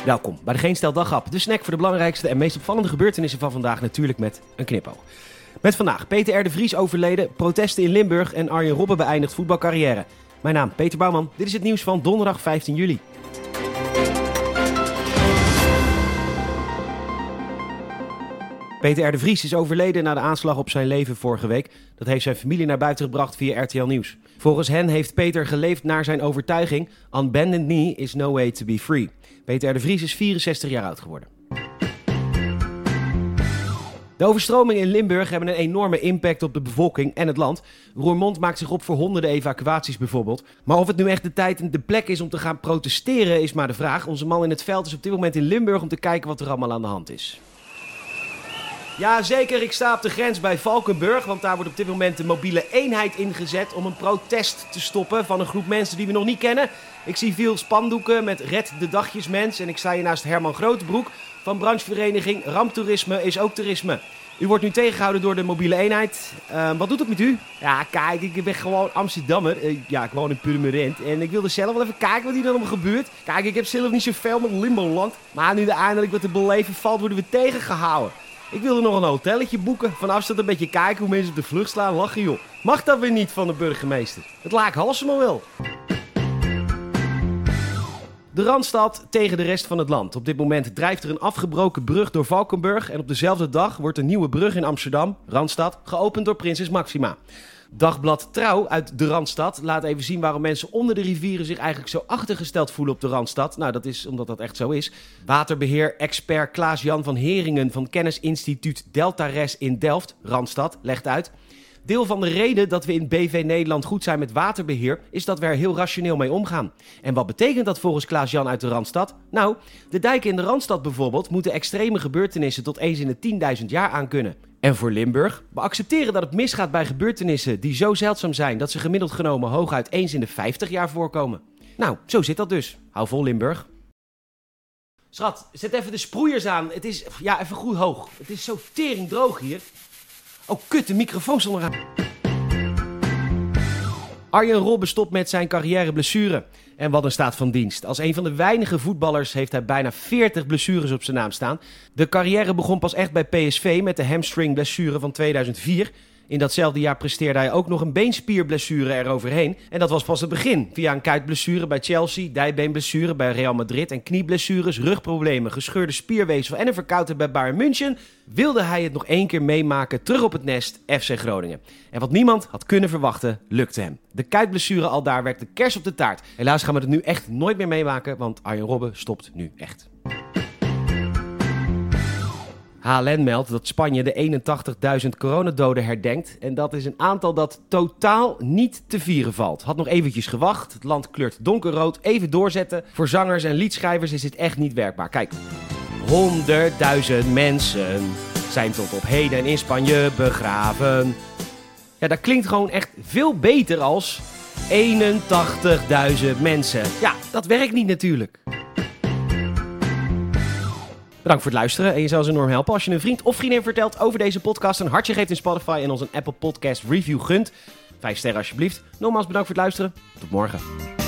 Welkom bij de Geen Stel Daghap, de snack voor de belangrijkste en meest opvallende gebeurtenissen van vandaag, natuurlijk met een knipoog. Met vandaag Peter R. de Vries overleden, protesten in Limburg en Arjen Robben beëindigt voetbalcarrière. Mijn naam Peter Bouwman, dit is het nieuws van donderdag 15 juli. Peter R. de Vries is overleden na de aanslag op zijn leven vorige week. Dat heeft zijn familie naar buiten gebracht via RTL Nieuws. Volgens hen heeft Peter geleefd naar zijn overtuiging: on bended knee is no way to be free. Peter R. de Vries is 64 jaar oud geworden. De overstromingen in Limburg hebben een enorme impact op de bevolking en het land. Roermond maakt zich op voor honderden evacuaties bijvoorbeeld. Maar of het nu echt de tijd en de plek is om te gaan protesteren is maar de vraag. Onze man in het veld is op dit moment in Limburg om te kijken wat er allemaal aan de hand is. Ja, zeker. Ik sta op de grens bij Valkenburg, want daar wordt op dit moment de mobiele eenheid ingezet om een protest te stoppen van een groep mensen die we nog niet kennen. Ik zie veel spandoeken met Red de Dagjesmens en ik sta hier naast Herman Grotebroek van branchevereniging Ramptoerisme is ook toerisme. U wordt nu tegengehouden door de mobiele eenheid. Wat doet het met u? Ja, kijk, ik ben gewoon Amsterdammer. Ik woon in Purmerend en ik wilde zelf wel even kijken wat hier dan allemaal gebeurt. Kijk, ik heb zelf niet zoveel met Limboland, maar nu er eindelijk wat te beleven valt, worden we tegengehouden. Ik wilde nog een hotelletje boeken, van afstand een beetje kijken hoe mensen op de vlucht slaan, lachen joh. Mag dat weer niet van de burgemeester? Het laak Halsema wel. De Randstad tegen de rest van het land. Op dit moment drijft er een afgebroken brug door Valkenburg en op dezelfde dag wordt een nieuwe brug in Amsterdam, Randstad, geopend door prinses Maxima. Dagblad Trouw uit de Randstad laat even zien waarom mensen onder de rivieren zich eigenlijk zo achtergesteld voelen op de Randstad. Nou, dat is omdat dat echt zo is. Waterbeheer-expert Klaas-Jan van Heringen van Kennisinstituut Deltares in Delft, Randstad, legt uit: deel van de reden dat we in BV Nederland goed zijn met waterbeheer is dat we er heel rationeel mee omgaan. En wat betekent dat volgens Klaas-Jan uit de Randstad? Nou, de dijken in de Randstad bijvoorbeeld moeten extreme gebeurtenissen tot eens in de 10.000 jaar aankunnen. En voor Limburg? We accepteren dat het misgaat bij gebeurtenissen die zo zeldzaam zijn dat ze gemiddeld genomen hooguit eens in de 50 jaar voorkomen. Nou, zo zit dat dus. Hou vol Limburg. Schat, zet even de sproeiers aan. Het is, even goed hoog. Het is zo tering droog hier. Oh kut, de microfoon stond eraan. Arjen Robben stopt met zijn carrière blessure. En wat een staat van dienst. Als een van de weinige voetballers heeft hij bijna 40 blessures op zijn naam staan. De carrière begon pas echt bij PSV met de hamstringblessure van 2004. In datzelfde jaar presteerde hij ook nog een beenspierblessure eroverheen. En dat was pas het begin. Via een kuitblessure bij Chelsea, dijbeenblessure bij Real Madrid en knieblessures, rugproblemen, gescheurde spierweefsel en een verkoudheid bij Bayern München wilde hij het nog 1 keer meemaken terug op het nest FC Groningen. En wat niemand had kunnen verwachten, lukte hem. De kuitblessure aldaar werd de kers op de taart. Helaas gaan we het nu echt nooit meer meemaken, want Arjen Robben stopt nu echt. HLN meldt dat Spanje de 81.000 coronadoden herdenkt. En dat is een aantal dat totaal niet te vieren valt. Had nog eventjes gewacht. Het land kleurt donkerrood. Even doorzetten. Voor zangers en liedschrijvers is dit echt niet werkbaar. Kijk. 100.000 mensen zijn tot op heden in Spanje begraven. Ja, dat klinkt gewoon echt veel beter als 81.000 mensen. Ja, dat werkt niet natuurlijk. Bedankt voor het luisteren en je zou ons enorm helpen als je een vriend of vriendin vertelt over deze podcast, een hartje geeft in Spotify en ons een Apple Podcast review gunt. 5 sterren alsjeblieft. Nogmaals bedankt voor het luisteren. Tot morgen.